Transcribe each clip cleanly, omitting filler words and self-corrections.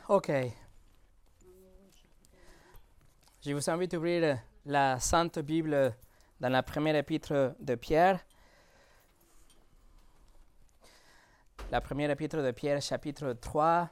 OK. Je vous invite à ouvrir la Sainte Bible dans la première épître de Pierre. La première épître de Pierre, chapitre 3.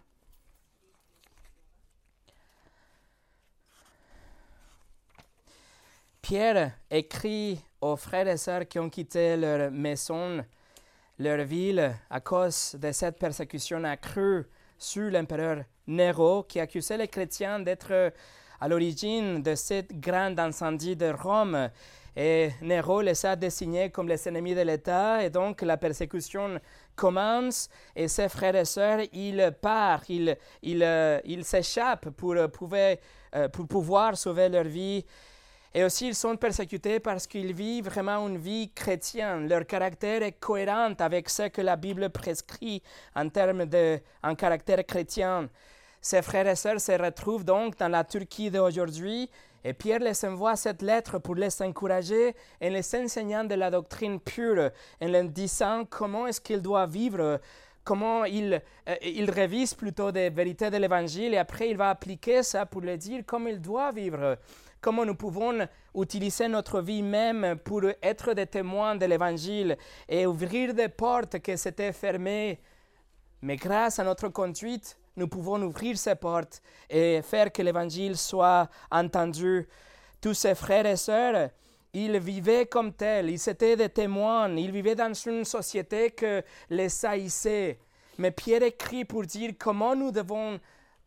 Pierre écrit aux frères et sœurs qui ont quitté leur maison, leur ville, à cause de cette persécution accrue sur l'empereur Néron, qui accusait les chrétiens d'être à l'origine de cette grande incendie de Rome. Et Néron les a désignés comme les ennemis de l'État, et donc la persécution commence, et ses frères et sœurs, ils partent, ils s'échappent pour pouvoir sauver leur vie. Et aussi, ils sont persécutés parce qu'ils vivent vraiment une vie chrétienne. Leur caractère est cohérent avec ce que la Bible prescrit en termes d'un caractère chrétien. Ces frères et sœurs se retrouvent donc dans la Turquie d'aujourd'hui, et Pierre les envoie cette lettre pour les encourager en les enseignant de la doctrine pure, en leur disant comment est-ce qu'ils doivent vivre, comment il révise plutôt des vérités de l'Évangile, et après il va appliquer ça pour leur dire comment ils doivent vivre. Comment nous pouvons utiliser notre vie même pour être des témoins de l'Évangile et ouvrir des portes qui s'étaient fermées. Mais grâce à notre conduite, nous pouvons ouvrir ces portes et faire que l'Évangile soit entendu. Tous ces frères et sœurs, ils vivaient comme tels, ils étaient des témoins, ils vivaient dans une société que les haïssait. Mais Pierre écrit pour dire comment nous devons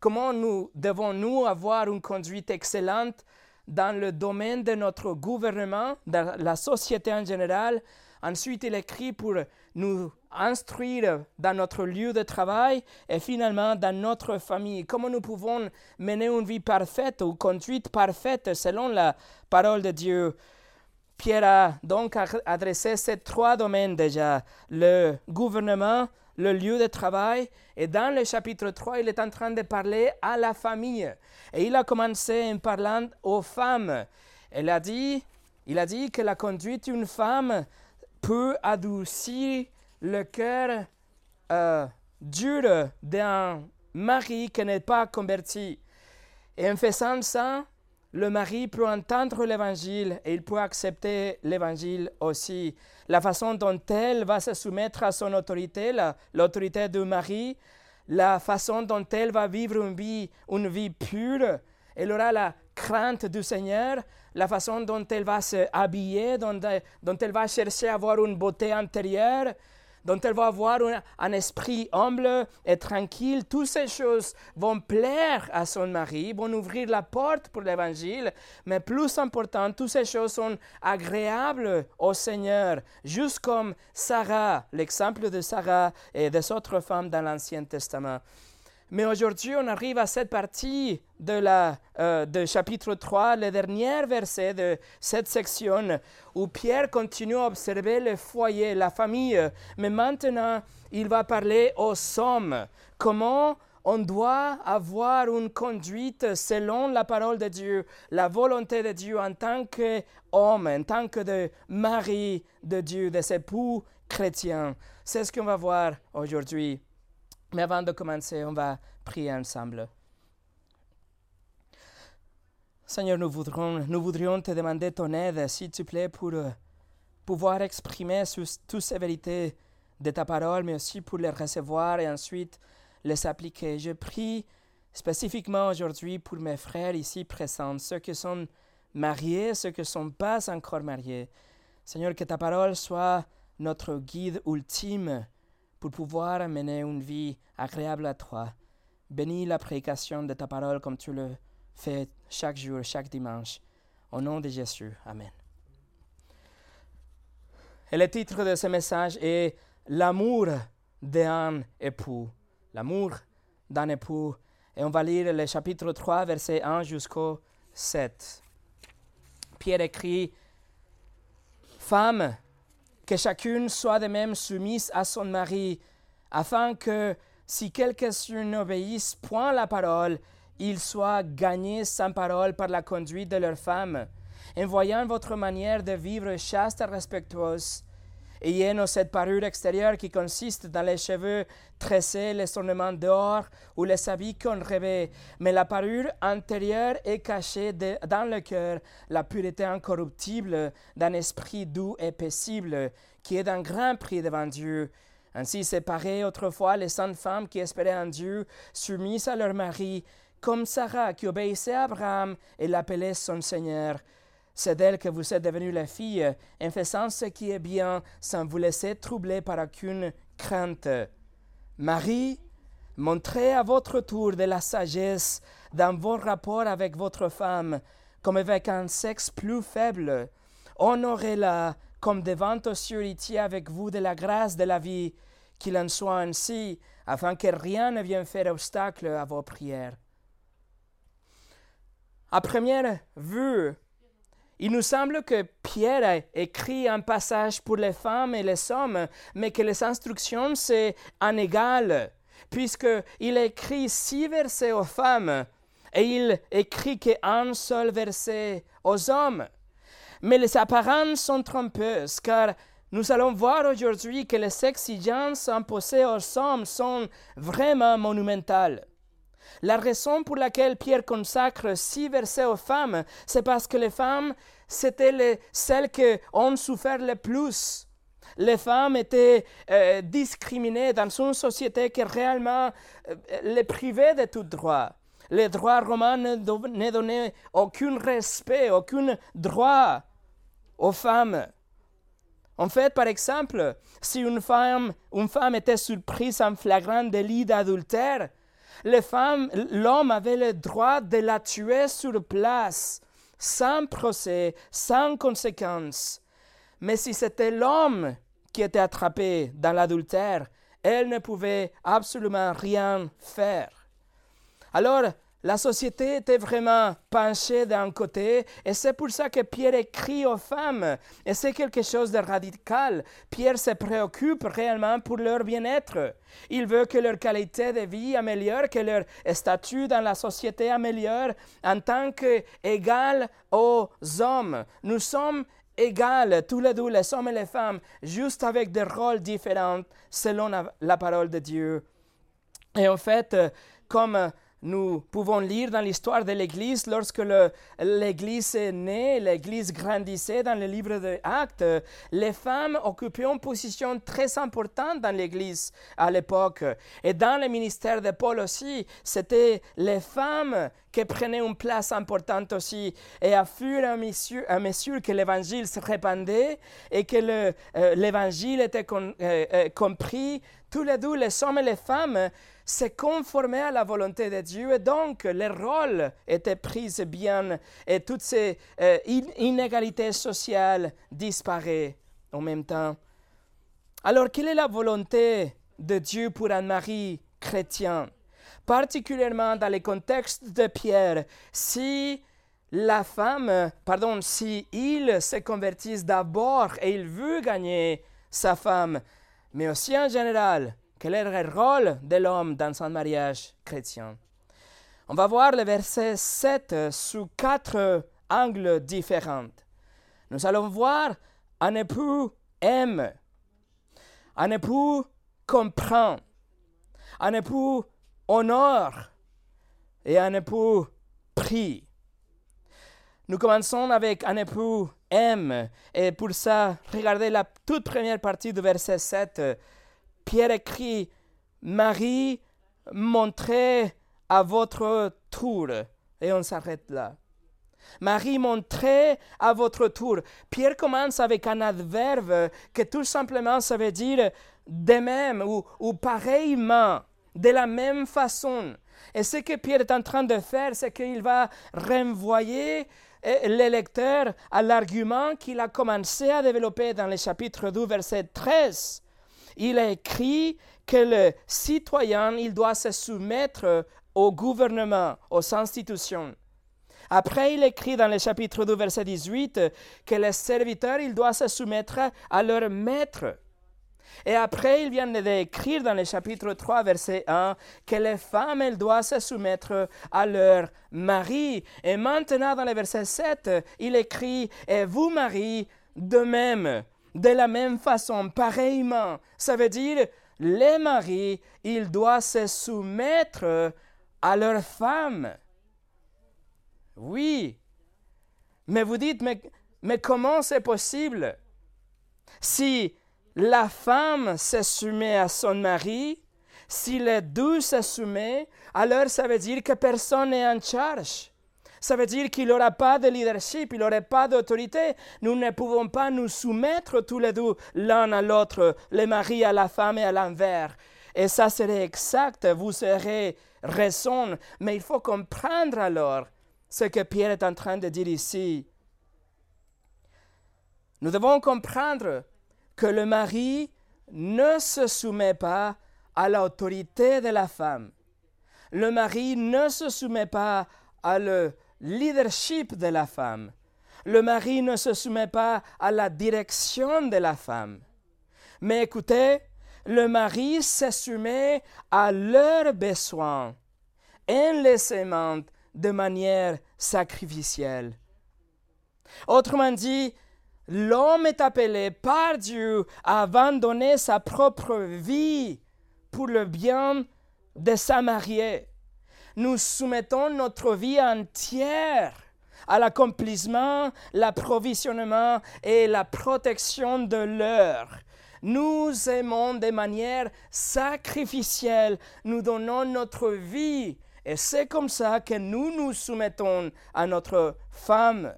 avoir une conduite excellente dans le domaine de notre gouvernement, dans la société en général. Ensuite, il écrit pour nous instruire dans notre lieu de travail et finalement dans notre famille. Comment nous pouvons mener une vie parfaite ou conduite parfaite selon la parole de Dieu. Pierre a donc adressé ces trois domaines déjà, le gouvernement, le lieu de travail, et dans le chapitre 3, il est en train de parler à la famille. Et il a commencé en parlant aux femmes. Il a dit que la conduite d'une femme peut adoucir le cœur dur d'un mari qui n'est pas converti. Et en faisant ça, le mari peut entendre l'Évangile et il peut accepter l'Évangile aussi. La façon dont elle va se soumettre à son autorité, l'autorité du mari, la façon dont elle va vivre une vie pure, elle aura la crainte du Seigneur, la façon dont elle va se habiller, dont elle va chercher à avoir une beauté intérieure, dont elle va avoir un esprit humble et tranquille. Toutes ces choses vont plaire à son mari, vont ouvrir la porte pour l'Évangile, mais plus important, toutes ces choses sont agréables au Seigneur, juste comme Sarah, l'exemple de Sarah et des autres femmes dans l'Ancien Testament. Mais aujourd'hui, on arrive à cette partie de chapitre 3, le dernier verset de cette section, où Pierre continue à observer le foyer, la famille. Mais maintenant, il va parler aux hommes. Comment on doit avoir une conduite selon la parole de Dieu, la volonté de Dieu en tant qu'homme, en tant que mari de Dieu, des époux chrétiens. C'est ce qu'on va voir aujourd'hui. Mais avant de commencer, on va prier ensemble. Seigneur, nous voudrions te demander ton aide, s'il te plaît, pour pouvoir exprimer toutes ces vérités de ta parole, mais aussi pour les recevoir et ensuite les appliquer. Je prie spécifiquement aujourd'hui pour mes frères ici présents, ceux qui sont mariés, ceux qui ne sont pas encore mariés. Seigneur, que ta parole soit notre guide ultime pour pouvoir mener une vie agréable à toi. Bénis la prédication de ta parole comme tu le fais chaque jour, chaque dimanche. Au nom de Jésus. Amen. Et le titre de ce message est « L'amour d'un époux ». L'amour d'un époux. Et on va lire le chapitre 3, verset 1 jusqu'au 7. Pierre écrit « Femme, que chacune soit de même soumise à son mari, afin que, si quelques-uns n'obéissent point à la parole, ils soient gagnés sans parole par la conduite de leur femme, en voyant votre manière de vivre chaste et respectueuse. ayant cette parure extérieure qui consiste dans les cheveux tressés, les ornements d'or ou les habits qu'on revêt. Mais la parure intérieure est cachée dans le cœur, la pureté incorruptible d'un esprit doux et paisible, qui est d'un grand prix devant Dieu. Ainsi séparées autrefois les saintes femmes qui espéraient en Dieu, soumises à leur mari, comme Sarah qui obéissait à Abraham et l'appelait son Seigneur. C'est d'elle que vous êtes devenues la fille, en faisant ce qui est bien, sans vous laisser troubler par aucune crainte. Marie, montrez à votre tour de la sagesse dans vos rapports avec votre femme, comme avec un sexe plus faible. Honorez-la comme devant aussi héritier avec vous de la grâce de la vie, qu'il en soit ainsi, afin que rien ne vienne faire obstacle à vos prières. À première vue, il nous semble que Pierre a écrit un passage pour les femmes et les hommes, mais que les instructions c'est inégal, puisqu'il écrit 6 versets aux femmes et il écrit qu'un seul verset aux hommes. Mais les apparences sont trompeuses, car nous allons voir aujourd'hui que les exigences imposées aux hommes sont vraiment monumentales. La raison pour laquelle Pierre consacre 6 versets aux femmes, c'est parce que les femmes, c'était celles qui ont souffert le plus. Les femmes étaient discriminées dans une société qui réellement les privait de tout droit. Les droits romains ne donnaient aucun respect, aucun droit aux femmes. En fait, par exemple, si une femme était surprise en flagrant délit d'adultère, l'homme avait le droit de la tuer sur place, sans procès, sans conséquences. Mais si c'était l'homme qui était attrapé dans l'adultère, elle ne pouvait absolument rien faire. Alors, la société était vraiment penchée d'un côté, et c'est pour ça que Pierre écrit aux femmes, et c'est quelque chose de radical. Pierre se préoccupe réellement pour leur bien-être. Il veut que leur qualité de vie améliore, que leur statut dans la société améliore en tant qu'égal aux hommes. Nous sommes égaux, tous les deux, les hommes et les femmes, juste avec des rôles différents selon la parole de Dieu. Et en fait, comme nous pouvons lire dans l'histoire de l'Église, lorsque l'Église est née, l'Église grandissait dans le livre des Actes, les femmes occupaient une position très importante dans l'Église à l'époque. Et dans le ministère de Paul aussi, c'était les femmes qui prenaient une place importante aussi. Et à fur et à mesure que l'Évangile se répandait et que l'Évangile était compris, tous les deux, les hommes et les femmes, se conformaient à la volonté de Dieu et donc les rôles étaient pris bien et toutes ces inégalités sociales disparaissent en même temps. Alors, quelle est la volonté de Dieu pour un mari chrétien? Particulièrement dans le contexte de Pierre, si il se convertisse d'abord et il veut gagner sa femme, mais aussi en général, quel est le rôle de l'homme dans un mariage chrétien? On va voir le verset 7 sous 4 angles différents. Nous allons voir un époux aime, un époux comprend, un époux honore et un époux prie. Nous commençons avec un époux aime et pour ça, regardez la toute première partie du verset 7. Pierre écrit, Marie, montrez à votre tour. Et on s'arrête là. Marie, montrez à votre tour. Pierre commence avec un adverbe que tout simplement ça veut dire de même ou pareillement, de la même façon. Et ce que Pierre est en train de faire, c'est qu'il va renvoyer le lecteur à l'argument qu'il a commencé à développer dans le chapitre 2, verset 13. Il a écrit que le citoyen, il doit se soumettre au gouvernement, aux institutions. Après, il écrit dans le chapitre 2, verset 18, que les serviteurs, il doit se soumettre à leur maître. Et après, il vient d'écrire dans le chapitre 3, verset 1, que les femmes, elles doivent se soumettre à leur mari. Et maintenant, dans le verset 7, il écrit, et vous, maris, de même. De la même façon, pareillement, ça veut dire les maris, ils doivent se soumettre à leur femme. Oui, mais vous dites, mais comment c'est possible? Si la femme se soumet à son mari, si les deux se soumettent, alors ça veut dire que personne n'est en charge. Ça veut dire qu'il n'aura pas de leadership, il n'aura pas d'autorité. Nous ne pouvons pas nous soumettre tous les deux l'un à l'autre, le mari à la femme et à l'envers. Et ça serait exact, vous aurez raison, mais il faut comprendre alors ce que Pierre est en train de dire ici. Nous devons comprendre que le mari ne se soumet pas à l'autorité de la femme. Le mari ne se soumet pas à le leadership de la femme. Le mari ne se soumet pas à la direction de la femme. Mais écoutez, le mari se soumet à leurs besoins, en les aimant de manière sacrificielle. Autrement dit, l'homme est appelé par Dieu à abandonner sa propre vie pour le bien de sa mariée. Nous soumettons notre vie entière à l'accomplissement, l'approvisionnement et la protection de l'heure. Nous aimons de manière sacrificielle, nous donnons notre vie et c'est comme ça que nous nous soumettons à notre femme.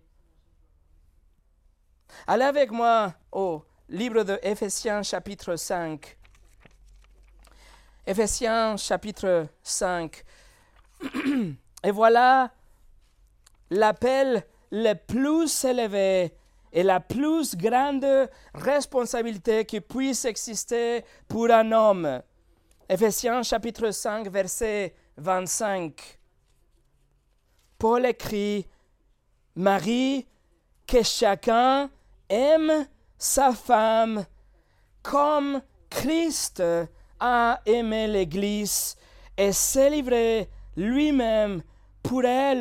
Allez avec moi au livre de Éphésiens chapitre 5. Éphésiens chapitre 5. Et voilà l'appel le plus élevé et la plus grande responsabilité qui puisse exister pour un homme. Éphésiens chapitre 5, verset 25. Paul écrit, « Marie, que chacun aime sa femme comme Christ a aimé l'Église et s'est livré lui-même pour elle. »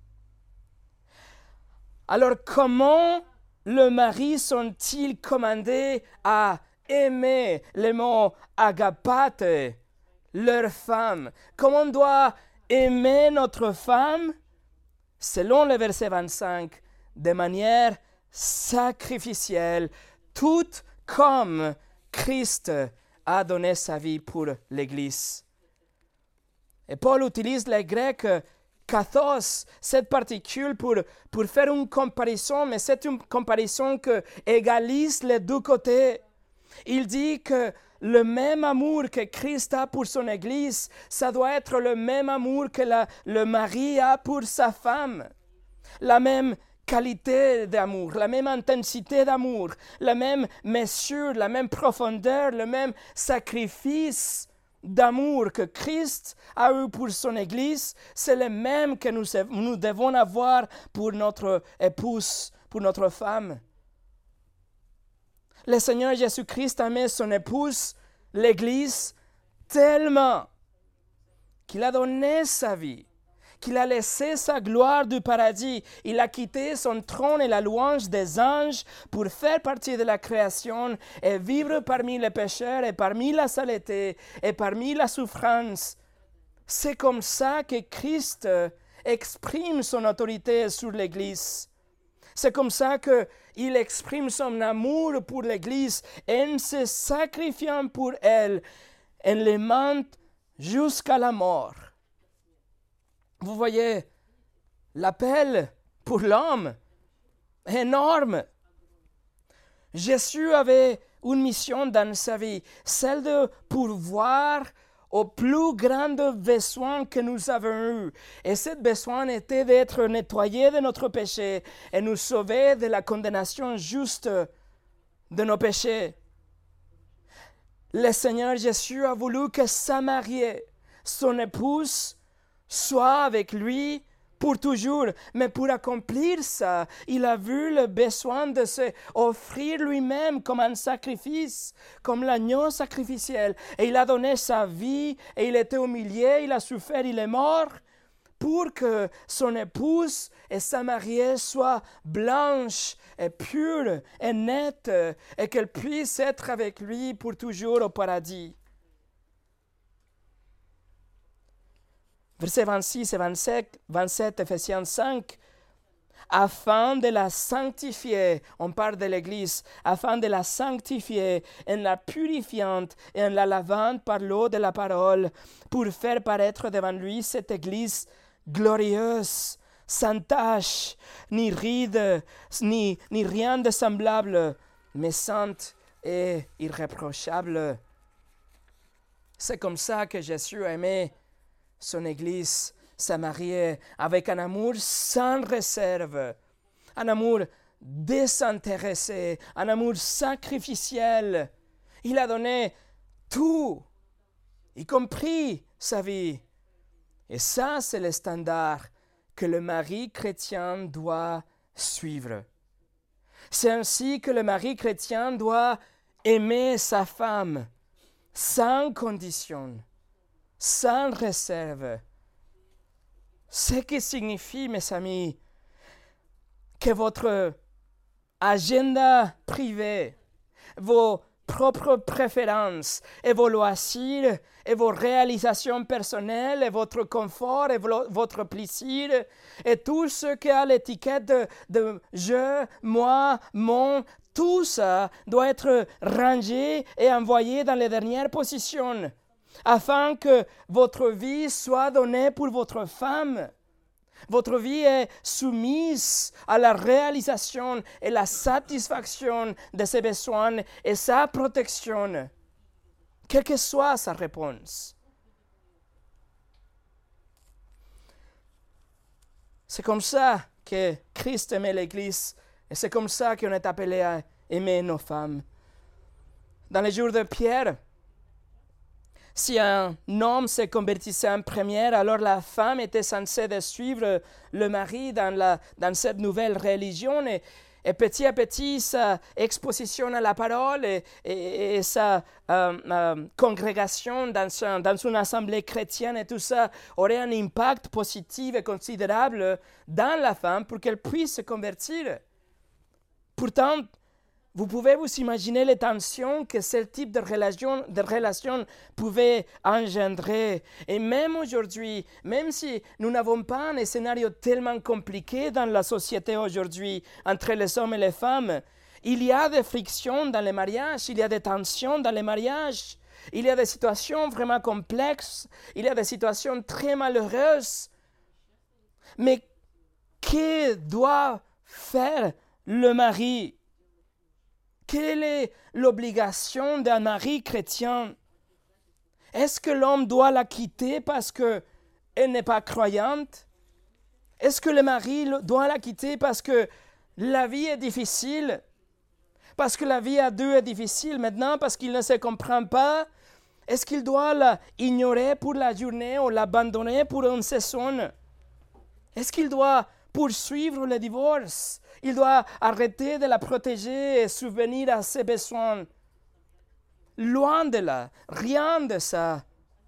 Alors comment le mari sont-ils commandés à aimer, le mot agapate, leur femme? Comment on doit aimer notre femme? Selon le verset 25, de manière sacrificielle, tout comme Christ a donné sa vie pour l'Église. Et Paul utilise le grec kathos, cette particule pour faire une comparaison, mais c'est une comparaison qui égalise les deux côtés. Il dit que le même amour que Christ a pour son Église, ça doit être le même amour que le mari a pour sa femme. La même qualité d'amour, la même intensité d'amour, la même mesure, la même profondeur, le même sacrifice d'amour que Christ a eu pour son Église, c'est le même que nous devons avoir pour notre épouse, pour notre femme. Le Seigneur Jésus-Christ a aimé son épouse, l'Église, tellement qu'il a donné sa vie, qu'il a laissé sa gloire du paradis. Il a quitté son trône et la louange des anges pour faire partie de la création et vivre parmi les pécheurs et parmi la saleté et parmi la souffrance. C'est comme ça que Christ exprime son autorité sur l'Église. C'est comme ça qu'il exprime son amour pour l'Église en se sacrifiant pour elle, en l'aimant jusqu'à la mort. Vous voyez, l'appel pour l'homme est énorme. Jésus avait une mission dans sa vie, celle de pourvoir aux plus grands besoins que nous avons eus. Et ce besoin était d'être nettoyé de notre péché et nous sauver de la condamnation juste de nos péchés. Le Seigneur Jésus a voulu que sa mariée, son épouse, soit avec lui pour toujours. Mais pour accomplir ça, il a vu le besoin de se offrir lui-même comme un sacrifice, comme l'agneau sacrificiel. Et il a donné sa vie, et il était humilié, il a souffert, il est mort, pour que son épouse et sa mariée soient blanches et pures et nettes et qu'elle puisse être avec lui pour toujours au paradis. Versets 26 et 27, Ephésiens 5, afin de la sanctifier, on parle de l'Église, afin de la sanctifier en la purifiant et en la lavant par l'eau de la parole, pour faire paraître devant lui cette Église glorieuse, sans tache, ni ride, ni rien de semblable, mais sainte et irréprochable. C'est comme ça que Jésus aimait son Église, sa mariée, avec un amour sans réserve, un amour désintéressé, un amour sacrificiel. Il a donné tout, y compris sa vie. Et ça, c'est le standard que le mari chrétien doit suivre. C'est ainsi que le mari chrétien doit aimer sa femme, sans condition, sans réserve. Ce qui signifie, mes amis, que votre agenda privé, vos propres préférences et vos loisirs et vos réalisations personnelles et votre confort et votre plaisir et tout ce qui a l'étiquette de je, moi, mon, tout ça doit être rangé et envoyé dans les dernières positions afin que votre vie soit donnée pour votre femme. Votre vie est soumise à la réalisation et la satisfaction de ses besoins et sa protection, quelle que soit sa réponse. C'est comme ça que Christ aimait l'Église et c'est comme ça qu'on est appelé à aimer nos femmes. Dans les jours de Pierre, si un homme se convertissait en première, alors la femme était censée de suivre le mari dans cette nouvelle religion et petit à petit sa exposition à la parole et sa congrégation dans une assemblée chrétienne et tout ça aurait un impact positif et considérable dans la femme pour qu'elle puisse se convertir. Pourtant, vous pouvez vous imaginer les tensions que ce type de relation pouvait engendrer. Et même aujourd'hui, même si nous n'avons pas un scénario tellement compliqué dans la société aujourd'hui entre les hommes et les femmes, il y a des frictions dans les mariages, il y a des tensions dans les mariages, il y a des situations vraiment complexes, il y a des situations très malheureuses. Mais que doit faire le mari? Quelle est l'obligation d'un mari chrétien? Est-ce que l'homme doit la quitter parce qu'elle n'est pas croyante? Est-ce que le mari doit la quitter parce que la vie est difficile? Parce que la vie à deux est difficile maintenant, parce qu'il ne se comprend pas? Est-ce qu'il doit l'ignorer pour la journée ou l'abandonner pour une saison? Est-ce qu'il doit poursuivre le divorce? Il doit arrêter de la protéger et subvenir à ses besoins. Loin de là, rien de ça.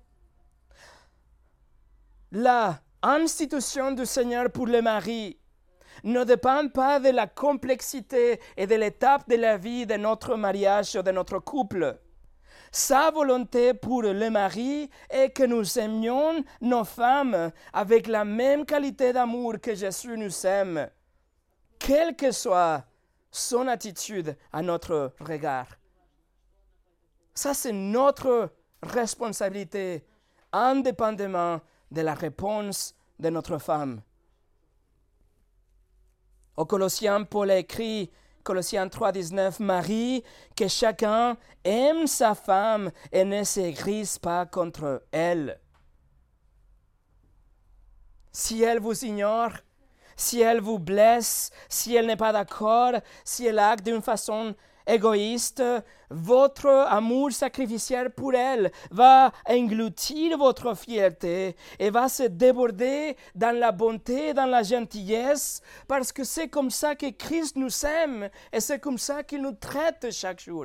La institution du Seigneur pour le mari ne dépend pas de la complexité et de l'étape de la vie de notre mariage ou de notre couple. Sa volonté pour le mari est que nous aimions nos femmes avec la même qualité d'amour que Jésus nous aime, quelle que soit son attitude à notre regard. Ça, c'est notre responsabilité, indépendamment de la réponse de notre femme. Aux Colossiens, Paul a écrit, Colossiens 3,19, Marie, que chacun aime sa femme et ne s'aigrise pas contre elle. Si elle vous ignore, si elle vous blesse, si elle n'est pas d'accord, si elle acte d'une façon égoïste, votre amour sacrificiel pour elle va engloutir votre fierté et va se déborder dans la bonté, dans la gentillesse, parce que c'est comme ça que Christ nous aime et c'est comme ça qu'il nous traite chaque jour.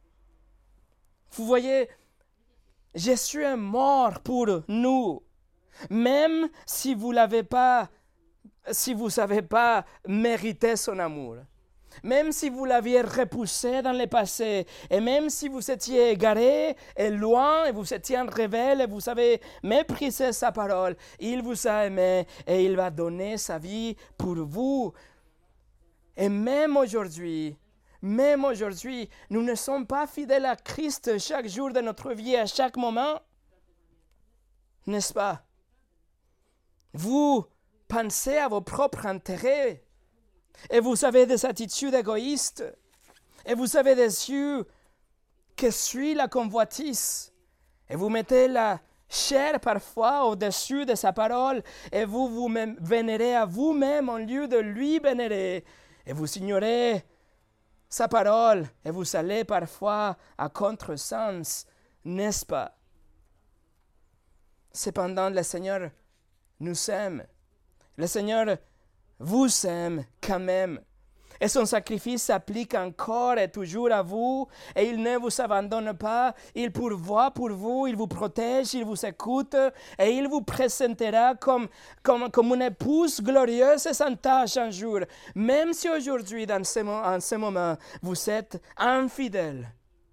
Vous voyez, Jésus est mort pour nous. Même si vous n'avez pas, si vous savez pas mériter son amour. Même si vous l'aviez repoussé dans le passé, et même si vous étiez égaré et loin, et vous étiez un rebelle, et vous avez méprisé sa parole, il vous a aimé et il va donner sa vie pour vous. Et même aujourd'hui, nous ne sommes pas fidèles à Christ chaque jour de notre vie, à chaque moment, n'est-ce pas? Vous pensez à vos propres intérêts. Et vous avez des attitudes égoïstes. Et vous avez des yeux qui suivent la convoitise. Et vous mettez la chair parfois au-dessus de sa parole. Et vous vous vénérez à vous-même au lieu de lui vénérer. Et vous ignorez sa parole. Et vous allez parfois à contresens, n'est-ce pas? Cependant, le Seigneur nous aime. Le Seigneur vous aime quand même. Et son sacrifice s'applique encore et toujours à vous. Et il ne vous abandonne pas. Il pourvoit pour vous. Il vous protège. Il vous écoute. Et il vous présentera comme une épouse glorieuse et sans tache un jour. Même si aujourd'hui, en ce moment, vous êtes infidèle.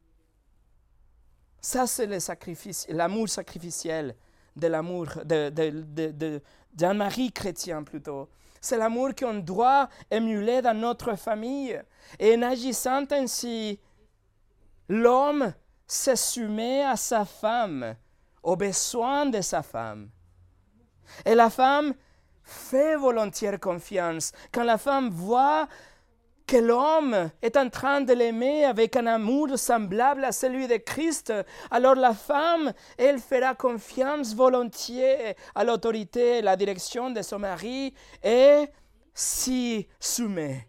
Ça, c'est le sacrifice, l'amour sacrificiel de l'amour d'un mari chrétien plutôt. C'est l'amour qu'on doit émuler dans notre famille. Et en agissant ainsi, l'homme se soumet à sa femme, aux besoins de sa femme. Et la femme fait volontiers confiance. Quand la femme voit que l'homme est en train de l'aimer avec un amour semblable à celui de Christ, alors la femme, elle fera confiance volontiers à l'autorité et la direction de son mari et s'y soumet.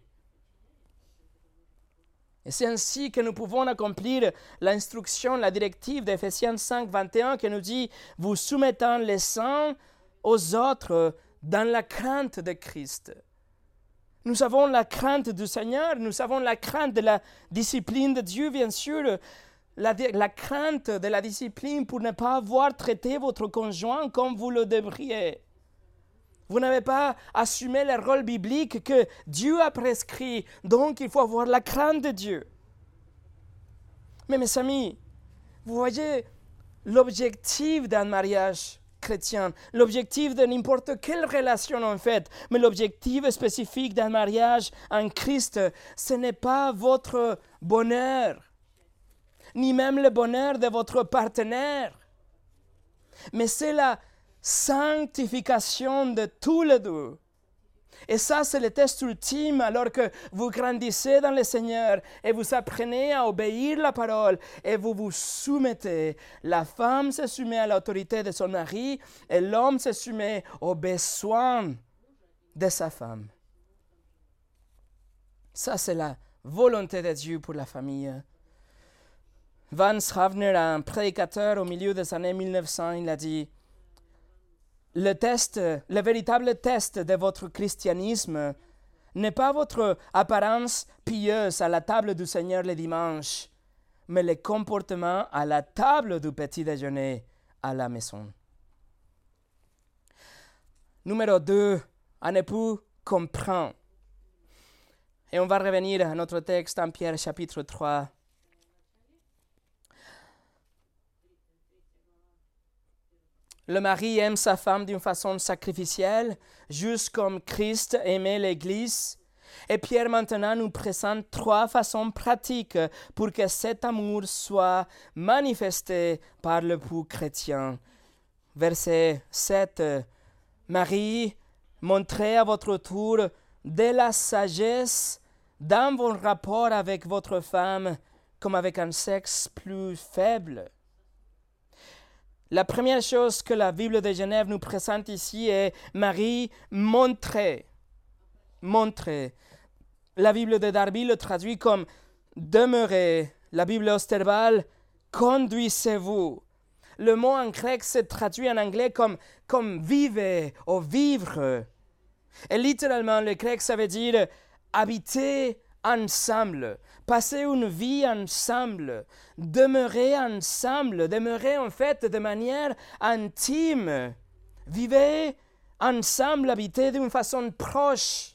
Et c'est ainsi que nous pouvons accomplir l'instruction, la directive d'Éphésiens 5, 21 qui nous dit « Vous soumettant les uns aux autres dans la crainte de Christ ». Nous avons la crainte du Seigneur, nous avons la crainte de la discipline de Dieu, bien sûr, la crainte de la discipline pour ne pas avoir traité votre conjoint comme vous le devriez. Vous n'avez pas assumé le rôle biblique que Dieu a prescrit, donc il faut avoir la crainte de Dieu. Mais mes amis, vous voyez l'objectif d'un mariage chrétien, l'objectif de n'importe quelle relation en fait, mais l'objectif spécifique d'un mariage en Christ, ce n'est pas votre bonheur, ni même le bonheur de votre partenaire, mais c'est la sanctification de tous les deux. Et ça, c'est le test ultime alors que vous grandissez dans le Seigneur et vous apprenez à obéir la parole et vous vous soumettez. La femme se soumet à l'autorité de son mari et l'homme se soumet aux besoins de sa femme. Ça, c'est la volonté de Dieu pour la famille. Vance Havner, un prédicateur au milieu des années 1900, il a dit le véritable test de votre christianisme n'est pas votre apparence pieuse à la table du Seigneur le dimanche, mais le comportement à la table du petit déjeuner à la maison. Numéro 2, un époux comprend. Et on va revenir à notre texte en Pierre chapitre 3. Le mari aime sa femme d'une façon sacrificielle, juste comme Christ aimait l'Église. Et Pierre maintenant nous présente 3 façons pratiques pour que cet amour soit manifesté par l'époux chrétien. Verset 7. Marie, montrez à votre tour de la sagesse dans vos rapports avec votre femme comme avec un sexe plus faible. La première chose que la Bible de Genève nous présente ici est Marie, montrez. Montrez. La Bible de Darby le traduit comme demeurez. La Bible Osterval, conduisez-vous. Le mot en grec se traduit en anglais comme vivez ou vivre. Et littéralement, le grec, ça veut dire habiter ensemble, passer une vie ensemble, demeurer ensemble, demeurer en fait de manière intime. Vivez ensemble, habitez d'une façon proche.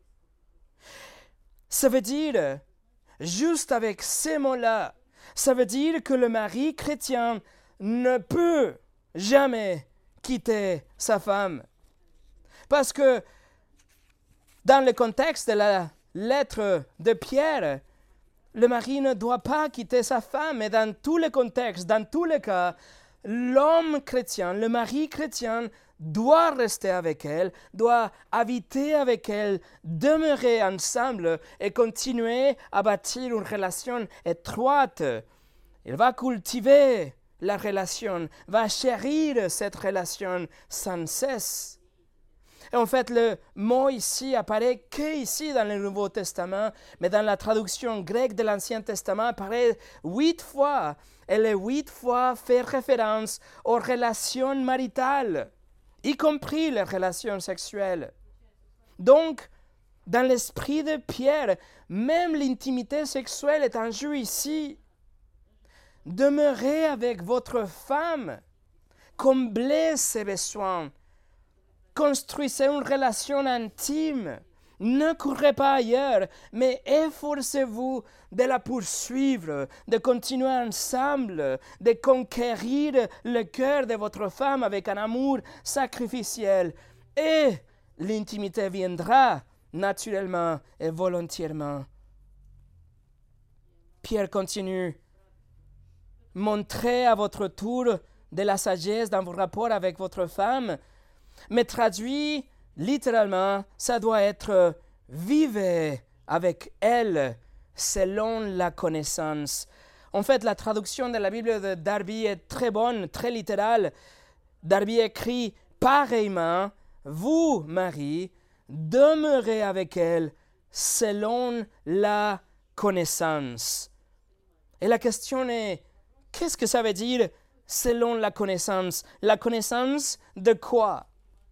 Ça veut dire, juste avec ces mots-là, ça veut dire que le mari chrétien ne peut jamais quitter sa femme. Parce que dans le contexte de la lettre de Pierre, le mari ne doit pas quitter sa femme, et dans tous les contextes, dans tous les cas, l'homme chrétien, le mari chrétien doit rester avec elle, doit habiter avec elle, demeurer ensemble et continuer à bâtir une relation étroite. Il va cultiver la relation, va chérir cette relation sans cesse. Et en fait, le mot ici apparaît qu'ici dans le Nouveau Testament, mais dans la traduction grecque de l'Ancien Testament, apparaît 8 fois. Et les 8 fois fait référence aux relations maritales, y compris les relations sexuelles. Donc, dans l'esprit de Pierre, même l'intimité sexuelle est en jeu ici. Demeurez avec votre femme, comblez ses besoins, construisez une relation intime, ne courez pas ailleurs, mais efforcez-vous de la poursuivre, de continuer ensemble, de conquérir le cœur de votre femme avec un amour sacrificiel. Et l'intimité viendra naturellement et volontairement. Pierre continue. Montrez à votre tour de la sagesse dans vos rapports avec votre femme, mais traduit littéralement, ça doit être vivez avec elle selon la connaissance. En fait, la traduction de la Bible de Darby est très bonne, très littérale. Darby écrit pareillement, vous, Marie, demeurez avec elle selon la connaissance. Et la question est, qu'est-ce que ça veut dire selon la connaissance? La connaissance de quoi?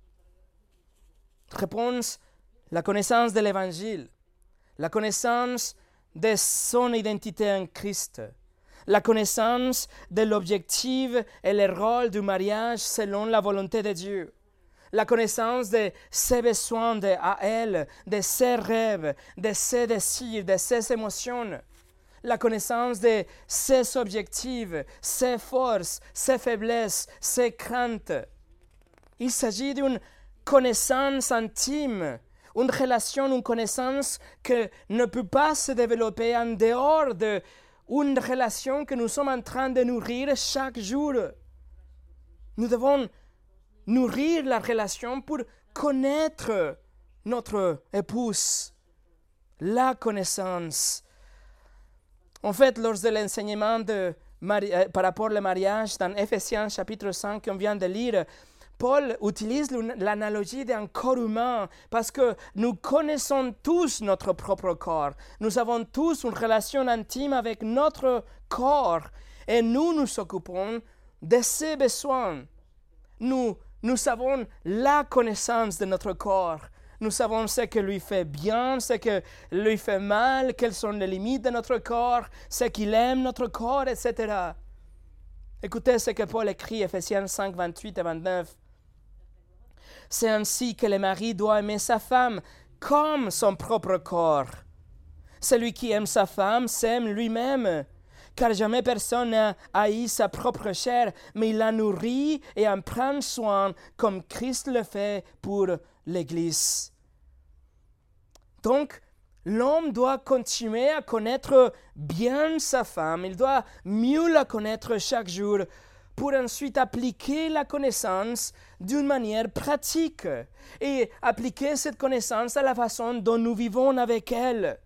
Réponse, la connaissance de l'Évangile, la connaissance de son identité en Christ, la connaissance de l'objectif et le rôle du mariage selon la volonté de Dieu, la connaissance de ses besoins à elle, de ses rêves, de ses désirs, de ses émotions, la connaissance de ses objectifs, ses forces, ses faiblesses, ses craintes. Il s'agit d'une connaissance intime, une relation, une connaissance qui ne peut pas se développer en dehors d'une relation que nous sommes en train de nourrir chaque jour. Nous devons nourrir la relation pour connaître notre épouse, la connaissance. En fait, lors de l'enseignement par rapport au mariage dans Ephésiens chapitre 5 qu'on vient de lire, Paul utilise l'analogie d'un corps humain parce que nous connaissons tous notre propre corps. Nous avons tous une relation intime avec notre corps et nous nous occupons de ses besoins. Nous savons la connaissance de notre corps. Nous savons ce qui lui fait bien, ce qui lui fait mal, quelles sont les limites de notre corps, ce qu'il aime notre corps, etc. Écoutez ce que Paul écrit, Ephésiens 5, 28 et 29. C'est ainsi que le mari doit aimer sa femme comme son propre corps. Celui qui aime sa femme s'aime lui-même, car jamais personne n'a haï sa propre chair, mais il la nourrit et en prend soin comme Christ le fait pour l'Église. Donc, l'homme doit continuer à connaître bien sa femme, il doit mieux la connaître chaque jour pour ensuite appliquer la connaissance d'une manière pratique et appliquer cette connaissance à la façon dont nous vivons avec elle.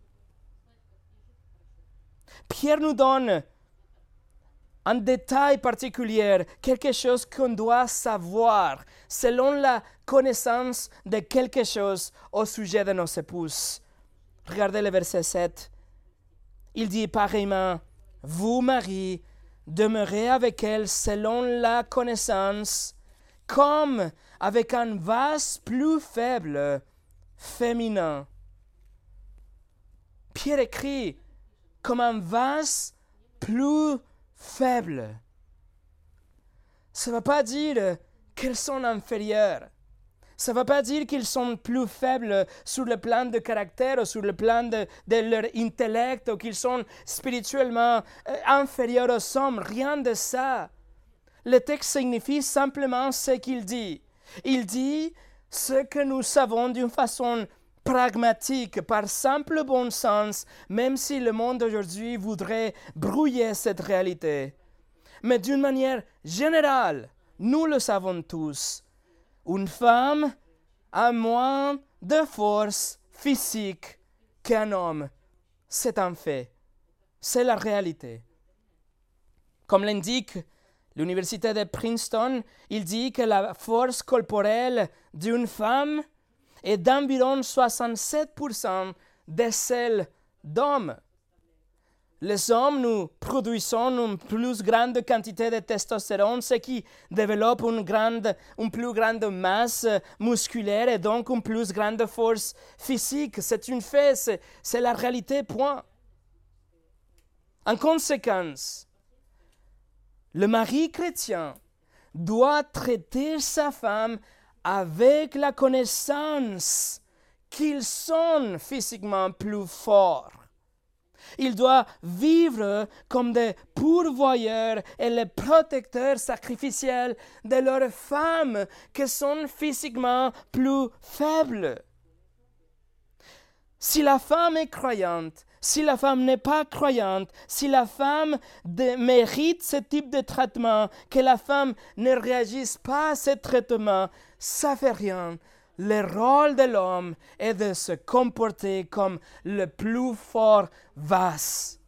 Pierre nous donne en détail particulier quelque chose qu'on doit savoir selon la connaissance de quelque chose au sujet de nos épouses. Regardez le verset 7. Il dit pareillement, vous, Marie, demeurez avec elle selon la connaissance, comme avec un vase plus faible, féminin. Pierre écrit, comme un vase plus faible. Ça ne veut pas dire qu'elles sont inférieures. Ça ne veut pas dire qu'ils sont plus faibles sur le plan de caractère ou sur le plan de leur intellect ou qu'ils sont spirituellement inférieurs aux hommes. Rien de ça. Le texte signifie simplement ce qu'il dit. Il dit ce que nous savons d'une façon pragmatique, par simple bon sens, même si le monde d'aujourd'hui voudrait brouiller cette réalité. Mais d'une manière générale, nous le savons tous. Une femme a moins de force physique qu'un homme. C'est un fait. C'est la réalité. Comme l'indique l'université de Princeton, il dit que la force corporelle d'une femme est d'environ 67% de celle d'hommes. Les hommes, nous produisons une plus grande quantité de testostérone, ce qui développe une plus grande masse musculaire et donc une plus grande force physique. C'est une fait, c'est la réalité, point. En conséquence, le mari chrétien doit traiter sa femme avec la connaissance qu'ils sont physiquement plus forts. Il doit vivre comme des pourvoyeurs et les protecteurs sacrificiels de leurs femmes qui sont physiquement plus faibles. Si la femme est croyante, si la femme n'est pas croyante, si la femme mérite ce type de traitement, que la femme ne réagisse pas à ce traitement, ça ne fait rien. Le rôle de l'homme est de se comporter comme le plus fort vase.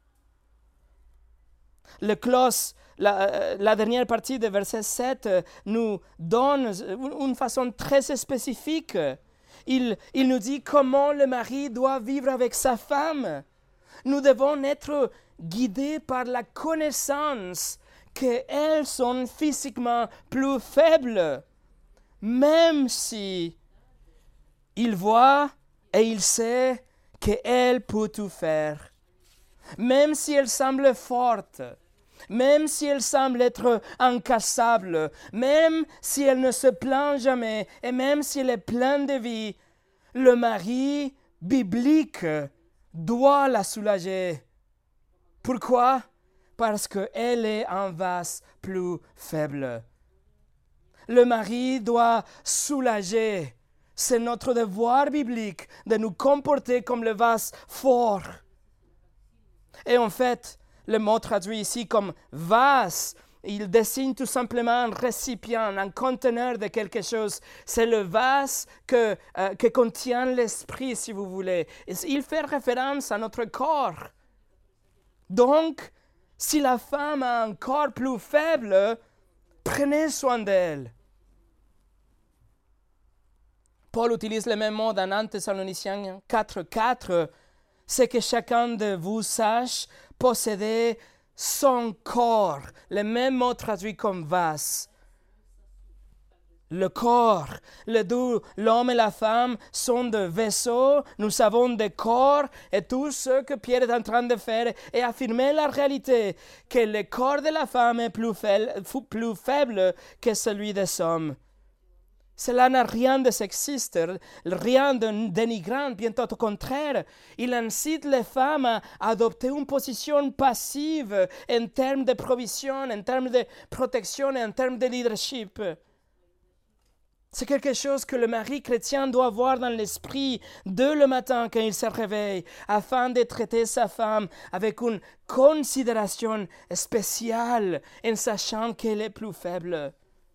Le clause, la dernière partie de verset 7 nous donne une façon très spécifique. Il nous dit comment le mari doit vivre avec sa femme. Nous devons être guidés par la connaissance qu'elles sont physiquement plus faibles. Même si il voit et il sait qu'elle peut tout faire, même si elle semble forte, même si elle semble être incassable, même si elle ne se plaint jamais et même si elle est pleine de vie, le mari biblique doit la soulager. Pourquoi? Parce qu'elle est un vase plus faible. Le mari doit soulager. C'est notre devoir biblique de nous comporter comme le vase fort. Et en fait, le mot traduit ici comme vase, il désigne tout simplement un récipient, un conteneur de quelque chose. C'est le vase que contient l'esprit, si vous voulez. Et il fait référence à notre corps. Donc, si la femme a un corps plus faible, prenez soin d'elle. Paul utilise le même mot dans 1 Thessaloniciens 4:4. C'est que chacun de vous sache posséder son corps. Le même mot traduit comme vase. Le corps, l'homme et la femme sont des vaisseaux, nous avons des corps, et tout ce que Pierre est en train de faire est affirmer la réalité, que le corps de la femme est plus faible que celui des hommes. Cela n'a rien de sexiste, rien de dénigrant, bien au contraire. Il incite les femmes à adopter une position passive en termes de provision, en termes de protection et en termes de leadership. C'est quelque chose que le mari chrétien doit avoir dans l'esprit dès le matin quand il se réveille, afin de traiter sa femme avec une considération spéciale en sachant qu'elle est plus faible.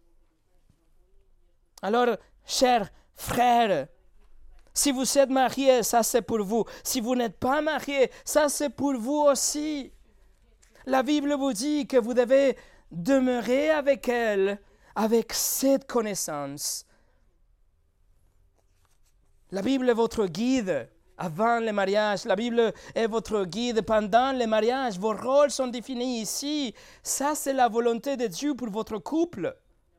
Alors, chers frères, si vous êtes mariés, ça c'est pour vous. Si vous n'êtes pas mariés, ça c'est pour vous aussi. La Bible vous dit que vous devez demeurer avec elle, avec cette connaissance. La Bible est votre guide avant le mariage. La Bible est votre guide pendant le mariage. Vos rôles sont définis ici. Ça, c'est la volonté de Dieu pour votre couple.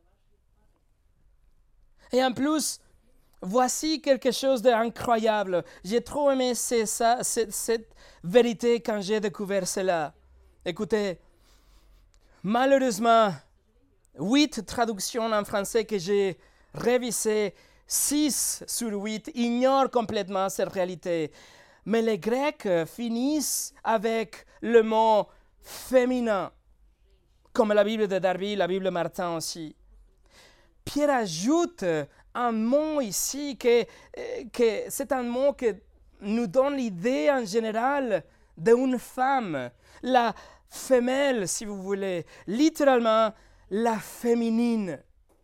Et en plus, voici quelque chose d'incroyable. J'ai trop aimé cette vérité quand j'ai découvert cela. Écoutez, malheureusement, 8 traductions en français que j'ai révisées, 6 sur 8 ignorent complètement cette réalité. Mais les Grecs finissent avec le mot féminin, comme la Bible de Darby, la Bible de Martin aussi. Pierre ajoute un mot ici que c'est un mot qui nous donne l'idée en général d'une femme, la femelle si vous voulez, littéralement la féminine.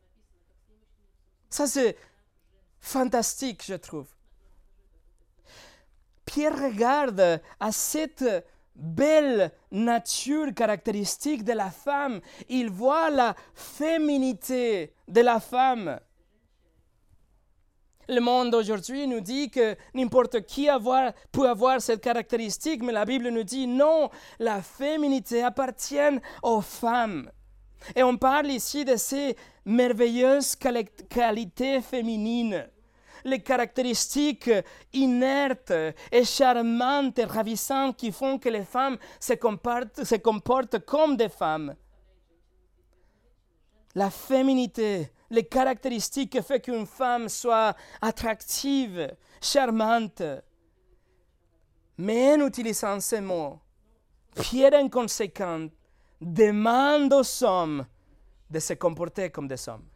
Ça c'est fantastique je trouve. Pierre regarde à cette belle nature caractéristique de la femme. Il voit la féminité de la femme. Le monde aujourd'hui nous dit que n'importe qui peut avoir cette caractéristique, mais la Bible nous dit non, la féminité appartient aux femmes. Et on parle ici de ces merveilleuses qualités féminines, les caractéristiques inertes et charmantes et ravissantes qui font que les femmes se comportent comme des femmes. La féminité, les caractéristiques qui font qu'une femme soit attractive, charmante. Mais en utilisant ces mots, Pierre inconséquent demande aux hommes de se comporter comme des hommes.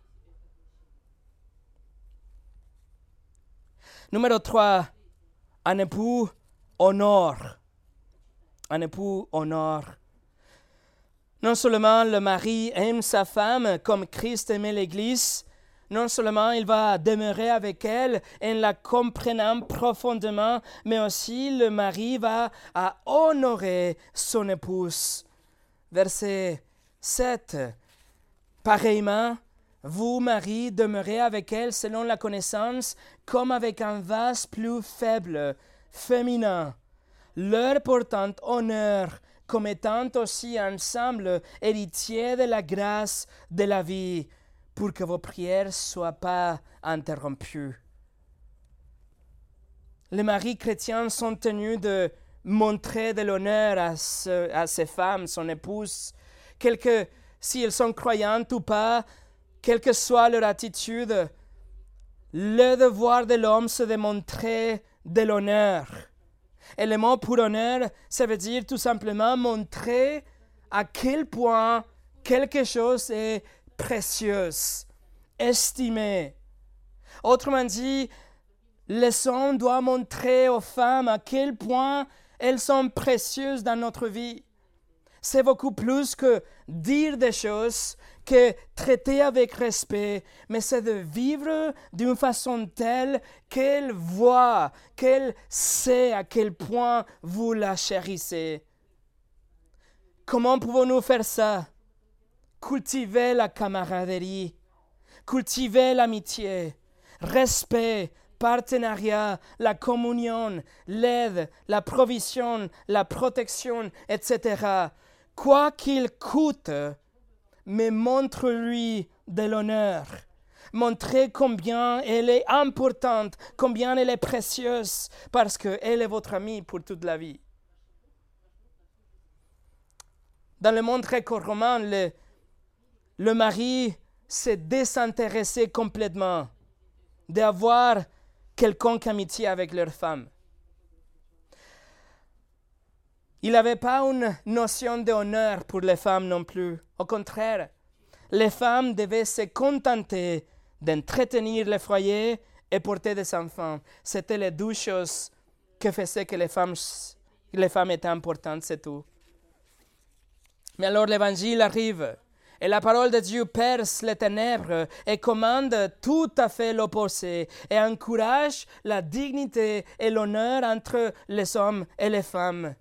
Numéro 3, un époux honore. Un époux honore. Non seulement le mari aime sa femme comme Christ aimait l'Église, non seulement il va demeurer avec elle en la comprenant profondément, mais aussi le mari va honorer son épouse. Verset 7. Pareillement, vous, maris, demeurez avec elle selon la connaissance, comme avec un vase plus faible, féminin, leur portant honneur, comme étant aussi ensemble héritiers de la grâce de la vie, pour que vos prières ne soient pas interrompues. Les maris chrétiens sont tenus de montrer de l'honneur à ses femmes, son épouse, si elles sont croyantes ou pas, quelle que soit leur attitude, le devoir de l'homme, c'est de montrer de l'honneur. Et le mot pour honneur, ça veut dire tout simplement montrer à quel point quelque chose est précieux, estimé. Autrement dit, les hommes doivent montrer aux femmes à quel point elles sont précieuses dans notre vie. C'est beaucoup plus que dire des choses, que traiter avec respect, mais c'est de vivre d'une façon telle qu'elle voit, qu'elle sait à quel point vous la chérissez. Comment pouvons-nous faire ça? Cultiver la camaraderie, cultiver l'amitié, respect, partenariat, la communion, l'aide, la provision, la protection, etc. Quoi qu'il coûte, mais montre-lui de l'honneur. Montrez combien elle est importante, combien elle est précieuse, parce qu'elle est votre amie pour toute la vie. Dans le monde gréco-romain, le mari s'est désintéressé complètement d'avoir quelconque amitié avec leur femme. Il n'avait pas une notion d'honneur pour les femmes non plus. Au contraire, les femmes devaient se contenter d'entretenir le foyer et porter des enfants. C'était les deux choses qui faisaient que les femmes étaient importantes, c'est tout. Mais alors l'évangile arrive et la parole de Dieu perce les ténèbres et commande tout à fait l'opposé et encourage la dignité et l'honneur entre les hommes et les femmes.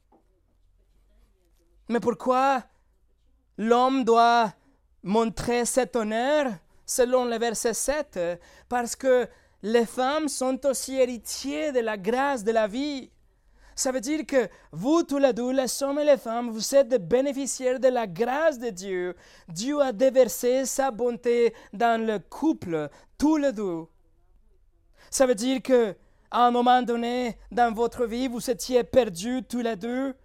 Mais pourquoi l'homme doit montrer cet honneur selon le verset 7? Parce que les femmes sont aussi héritiers de la grâce de la vie. Ça veut dire que vous tous les deux, les hommes et les femmes, vous êtes des bénéficiaires de la grâce de Dieu. Dieu a déversé sa bonté dans le couple, tous les deux. Ça veut dire que à un moment donné dans votre vie, vous étiez perdus tous les deux.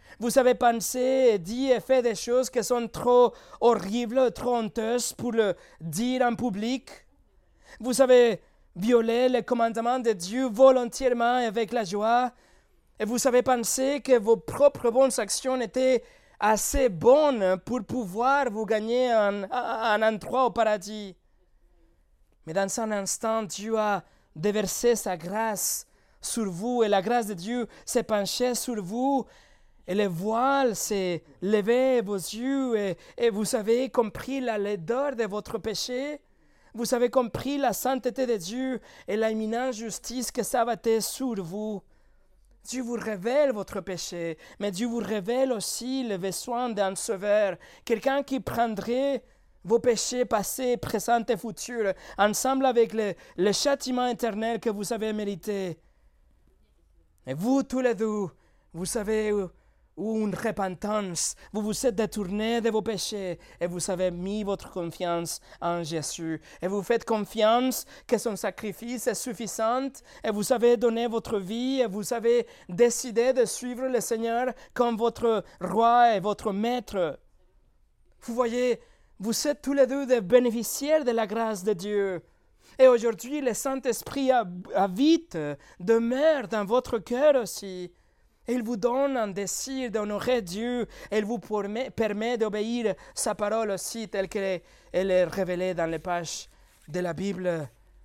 Vous avez pensé, dit et fait des choses qui sont trop horribles, trop honteuses pour le dire en public. Vous avez violé les commandements de Dieu volontairement et avec la joie. Et vous avez pensé que vos propres bonnes actions étaient assez bonnes pour pouvoir vous gagner un endroit au paradis. Mais dans un instant, Dieu a déversé sa grâce sur vous et la grâce de Dieu s'est penchée sur vous et le voile s'est levé à vos yeux et vous avez compris la laideur de votre péché. Vous avez compris la sainteté de Dieu et l'imminente justice que s'abattait sur vous. Dieu vous révèle votre péché, mais Dieu vous révèle aussi le besoin d'un sauveur, quelqu'un qui prendrait vos péchés passés, présents et futurs, ensemble avec le châtiment éternel que vous avez mérité. Et vous tous les deux, vous avez eu une repentance, vous vous êtes détournés de vos péchés et vous avez mis votre confiance en Jésus. Et vous faites confiance que son sacrifice est suffisant et vous avez donné votre vie et vous avez décidé de suivre le Seigneur comme votre roi et votre maître. Vous voyez, vous êtes tous les deux des bénéficiaires de la grâce de Dieu. Et aujourd'hui, le Saint-Esprit habite, demeure dans votre cœur aussi. Et il vous donne un désir d'honorer Dieu et il vous permet d'obéir sa parole aussi telle qu'elle est révélée dans les pages de la Bible.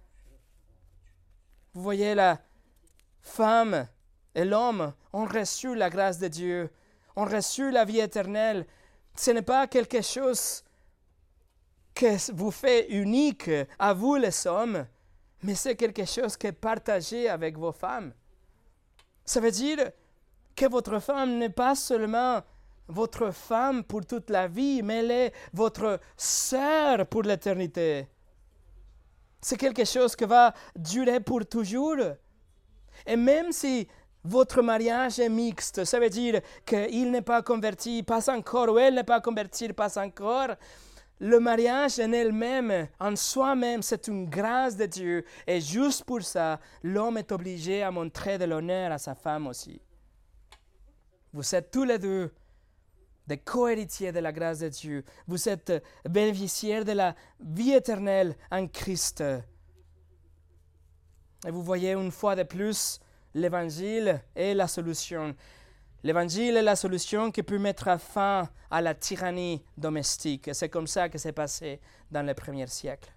Vous voyez, la femme et l'homme ont reçu la grâce de Dieu, ont reçu la vie éternelle. Ce n'est pas quelque chose que vous fait unique à vous les hommes, mais c'est quelque chose que partagez avec vos femmes. Ça veut dire que votre femme n'est pas seulement votre femme pour toute la vie, mais elle est votre sœur pour l'éternité. C'est quelque chose qui va durer pour toujours. Et même si votre mariage est mixte, ça veut dire qu'il n'est pas converti, pas encore, ou elle n'est pas convertie, pas encore, le mariage en elle-même, en soi-même, c'est une grâce de Dieu. Et juste pour ça, l'homme est obligé à montrer de l'honneur à sa femme aussi. Vous êtes tous les deux des co-héritiers de la grâce de Dieu. Vous êtes bénéficiaires de la vie éternelle en Christ. Et vous voyez une fois de plus, l'Évangile est la solution. L'Évangile est la solution qui peut mettre fin à la tyrannie domestique. Et c'est comme ça que c'est passé dans le premier siècle.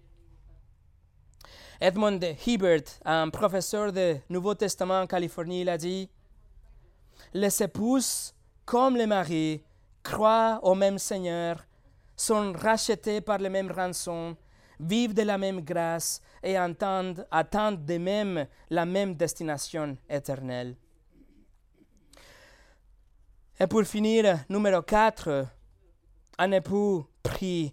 Edmund Hibbert, un professeur de Nouveau Testament en Californie, il a dit: les épouses, comme les maris, croient au même Seigneur, sont rachetées par les mêmes rançons, vivent de la même grâce et attendent de même la même destination éternelle. Et pour finir, numéro 4, un époux prie.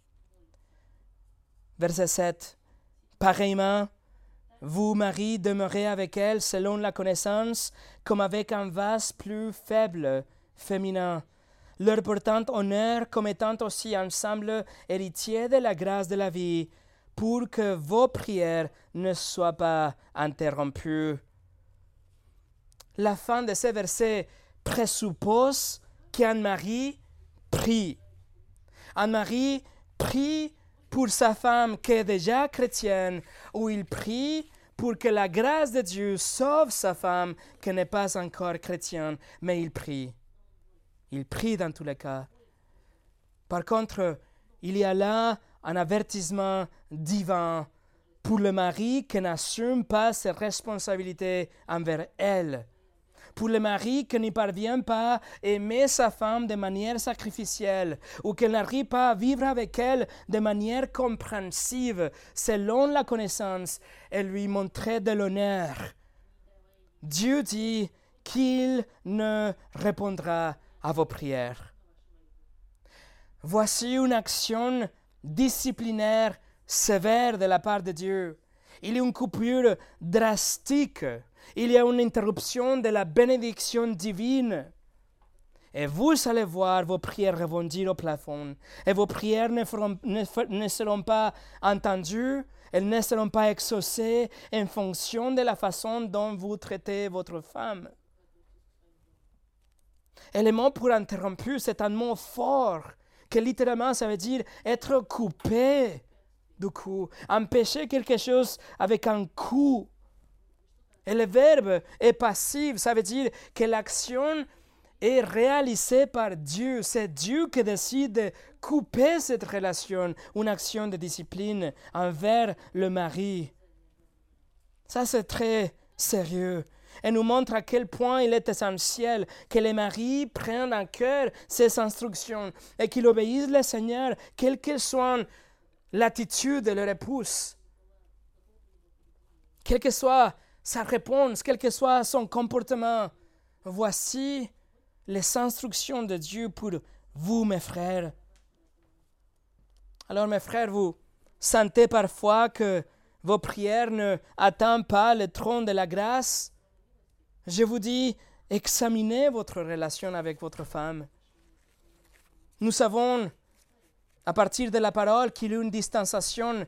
Verset 7. Pareillement, vous, maris, demeurez avec elle selon la connaissance, comme avec un vase plus faible, féminin, leur portant honneur comme étant aussi ensemble héritiers de la grâce de la vie, pour que vos prières ne soient pas interrompues. La fin de ce verset présuppose qu'un mari prie. Un mari prie pour sa femme qui est déjà chrétienne, ou il prie pour que la grâce de Dieu sauve sa femme qui n'est pas encore chrétienne, mais il prie. Il prie dans tous les cas. Par contre, il y a là un avertissement divin pour le mari qui n'assume pas ses responsabilités envers elle. Pour le mari qui n'y parvient pas à aimer sa femme de manière sacrificielle ou qui n'arrive pas à vivre avec elle de manière compréhensive selon la connaissance et lui montrer de l'honneur. Dieu dit qu'il ne répondra à vos prières. Voici une action disciplinaire sévère de la part de Dieu. Il y a une coupure drastique. Il y a une interruption de la bénédiction divine. Et vous allez voir vos prières rebondir au plafond. Et vos prières ne seront pas entendues, elles ne seront pas exaucées en fonction de la façon dont vous traitez votre femme. Et le mot pour interrompu, c'est un mot fort, que littéralement ça veut dire être coupé du coup, empêcher quelque chose avec un coup. Et le verbe est passif, ça veut dire que l'action est réalisée par Dieu. C'est Dieu qui décide de couper cette relation, une action de discipline envers le mari. Ça, c'est très sérieux. Et nous montre à quel point il est essentiel que les maris prennent en cœur ces instructions et qu'ils obéissent le Seigneur, quelle que soit l'attitude de leur épouse. Quelle que soit sa réponse, quel que soit son comportement, voici les instructions de Dieu pour vous, mes frères. Alors, mes frères, vous sentez parfois que vos prières ne atteignent pas le trône de la grâce? Je vous dis, examinez votre relation avec votre femme. Nous savons, à partir de la parole, qu'il y a une distanciation.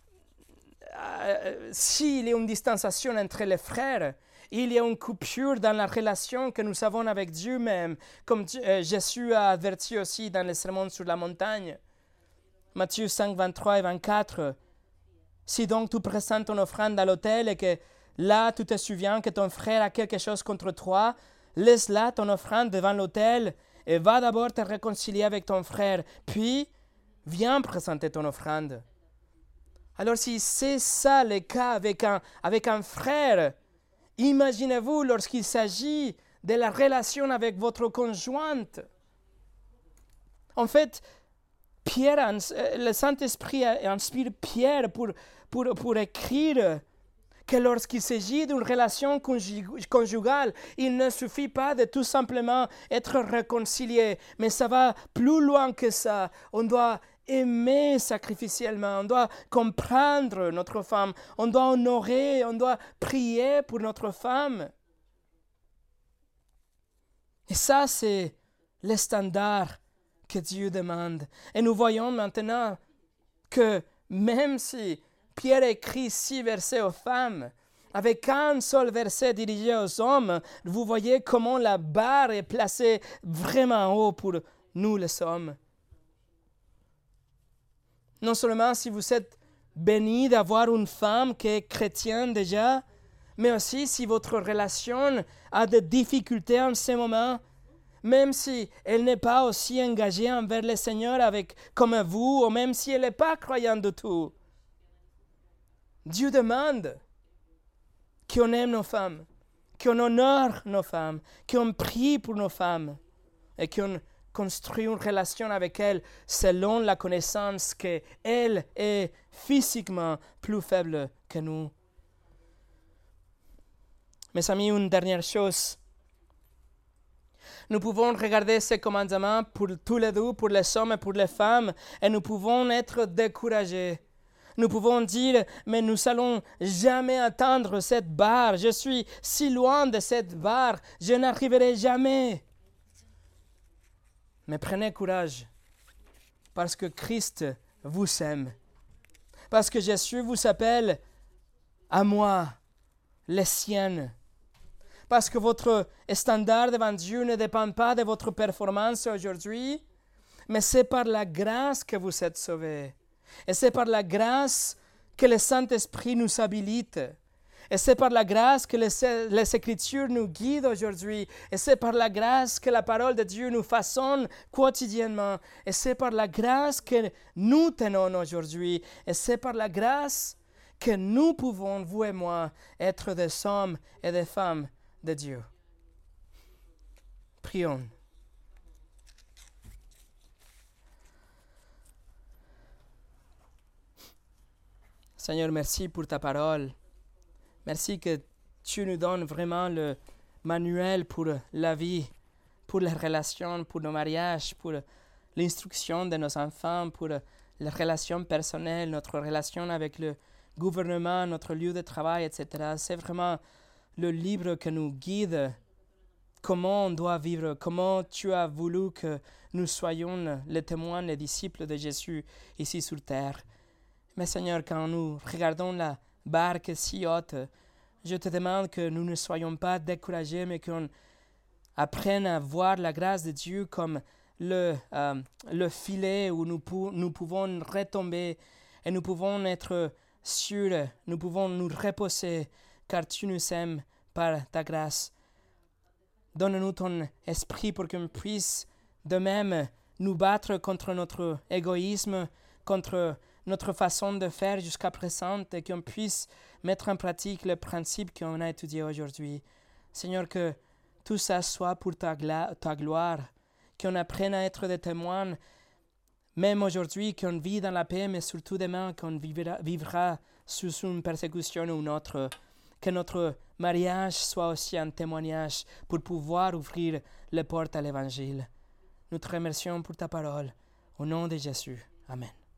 S'il y a une distanciation entre les frères, il y a une coupure dans la relation que nous avons avec Dieu même, comme Jésus a averti aussi dans le sermon sur la montagne. Matthieu 5, 23 et 24. Si donc tu présentes ton offrande à l'autel et que là tu te souviens que ton frère a quelque chose contre toi, laisse là ton offrande devant l'autel et va d'abord te réconcilier avec ton frère, puis viens présenter ton offrande. Alors si c'est ça le cas avec un frère, imaginez-vous lorsqu'il s'agit de la relation avec votre conjointe. En fait, le Saint-Esprit inspire Pierre pour écrire que lorsqu'il s'agit d'une relation conjugale, il ne suffit pas de tout simplement être réconcilié, mais ça va plus loin que ça. On doit aimer sacrificiellement, on doit comprendre notre femme, on doit honorer, on doit prier pour notre femme. Et ça, c'est le standard que Dieu demande. Et nous voyons maintenant que même si Pierre écrit 6 versets aux femmes, avec un seul verset dirigé aux hommes, vous voyez comment la barre est placée vraiment haut pour nous les hommes. Non seulement si vous êtes béni d'avoir une femme qui est chrétienne déjà, mais aussi si votre relation a des difficultés en ce moment, même si elle n'est pas aussi engagée envers le Seigneur comme vous, ou même si elle n'est pas croyante du tout. Dieu demande qu'on aime nos femmes, qu'on honore nos femmes, qu'on prie pour nos femmes et qu'on construit une relation avec elles selon la connaissance qu'elle est physiquement plus faible que nous. Mes amis, une dernière chose. Nous pouvons regarder ces commandements pour tous les deux, pour les hommes et pour les femmes, et nous pouvons être découragés. Nous pouvons dire, mais nous n'allons jamais atteindre cette barre. Je suis si loin de cette barre, je n'arriverai jamais. Mais prenez courage, parce que Christ vous aime. Parce que Jésus vous appelle à moi, les siennes. Parce que votre standard devant Dieu ne dépend pas de votre performance aujourd'hui, mais c'est par la grâce que vous êtes sauvés. Et c'est par la grâce que le Saint-Esprit nous habilite. Et c'est par la grâce que les Écritures nous guident aujourd'hui. Et c'est par la grâce que la parole de Dieu nous façonne quotidiennement. Et c'est par la grâce que nous tenons aujourd'hui. Et c'est par la grâce que nous pouvons, vous et moi, être des hommes et des femmes de Dieu. Prions. Seigneur, merci pour ta parole. Merci que tu nous donnes vraiment le manuel pour la vie, pour les relations, pour nos mariages, pour l'instruction de nos enfants, pour les relations personnelles, notre relation avec le gouvernement, notre lieu de travail, etc. C'est vraiment le livre qui nous guide comment on doit vivre, comment tu as voulu que nous soyons les témoins, les disciples de Jésus ici sur terre. Mais Seigneur, quand nous regardons la barque si haute, je te demande que nous ne soyons pas découragés, mais qu'on, apprenne à voir la grâce de Dieu comme le filet où nous pouvons retomber et nous pouvons être sûrs, nous pouvons nous reposer car tu nous aimes par ta grâce. Donne-nous ton esprit pour qu'on puisse de même nous battre contre notre égoïsme, contre notre façon de faire jusqu'à présent et qu'on puisse mettre en pratique le principe qu'on a étudié aujourd'hui. Seigneur, que tout ça soit pour ta gloire, qu'on apprenne à être des témoins, même aujourd'hui, qu'on vit dans la paix, mais surtout demain, qu'on vivra sous une persécution ou une autre. Que notre mariage soit aussi un témoignage pour pouvoir ouvrir les portes à l'Évangile. Nous te remercions pour ta parole. Au nom de Jésus. Amen.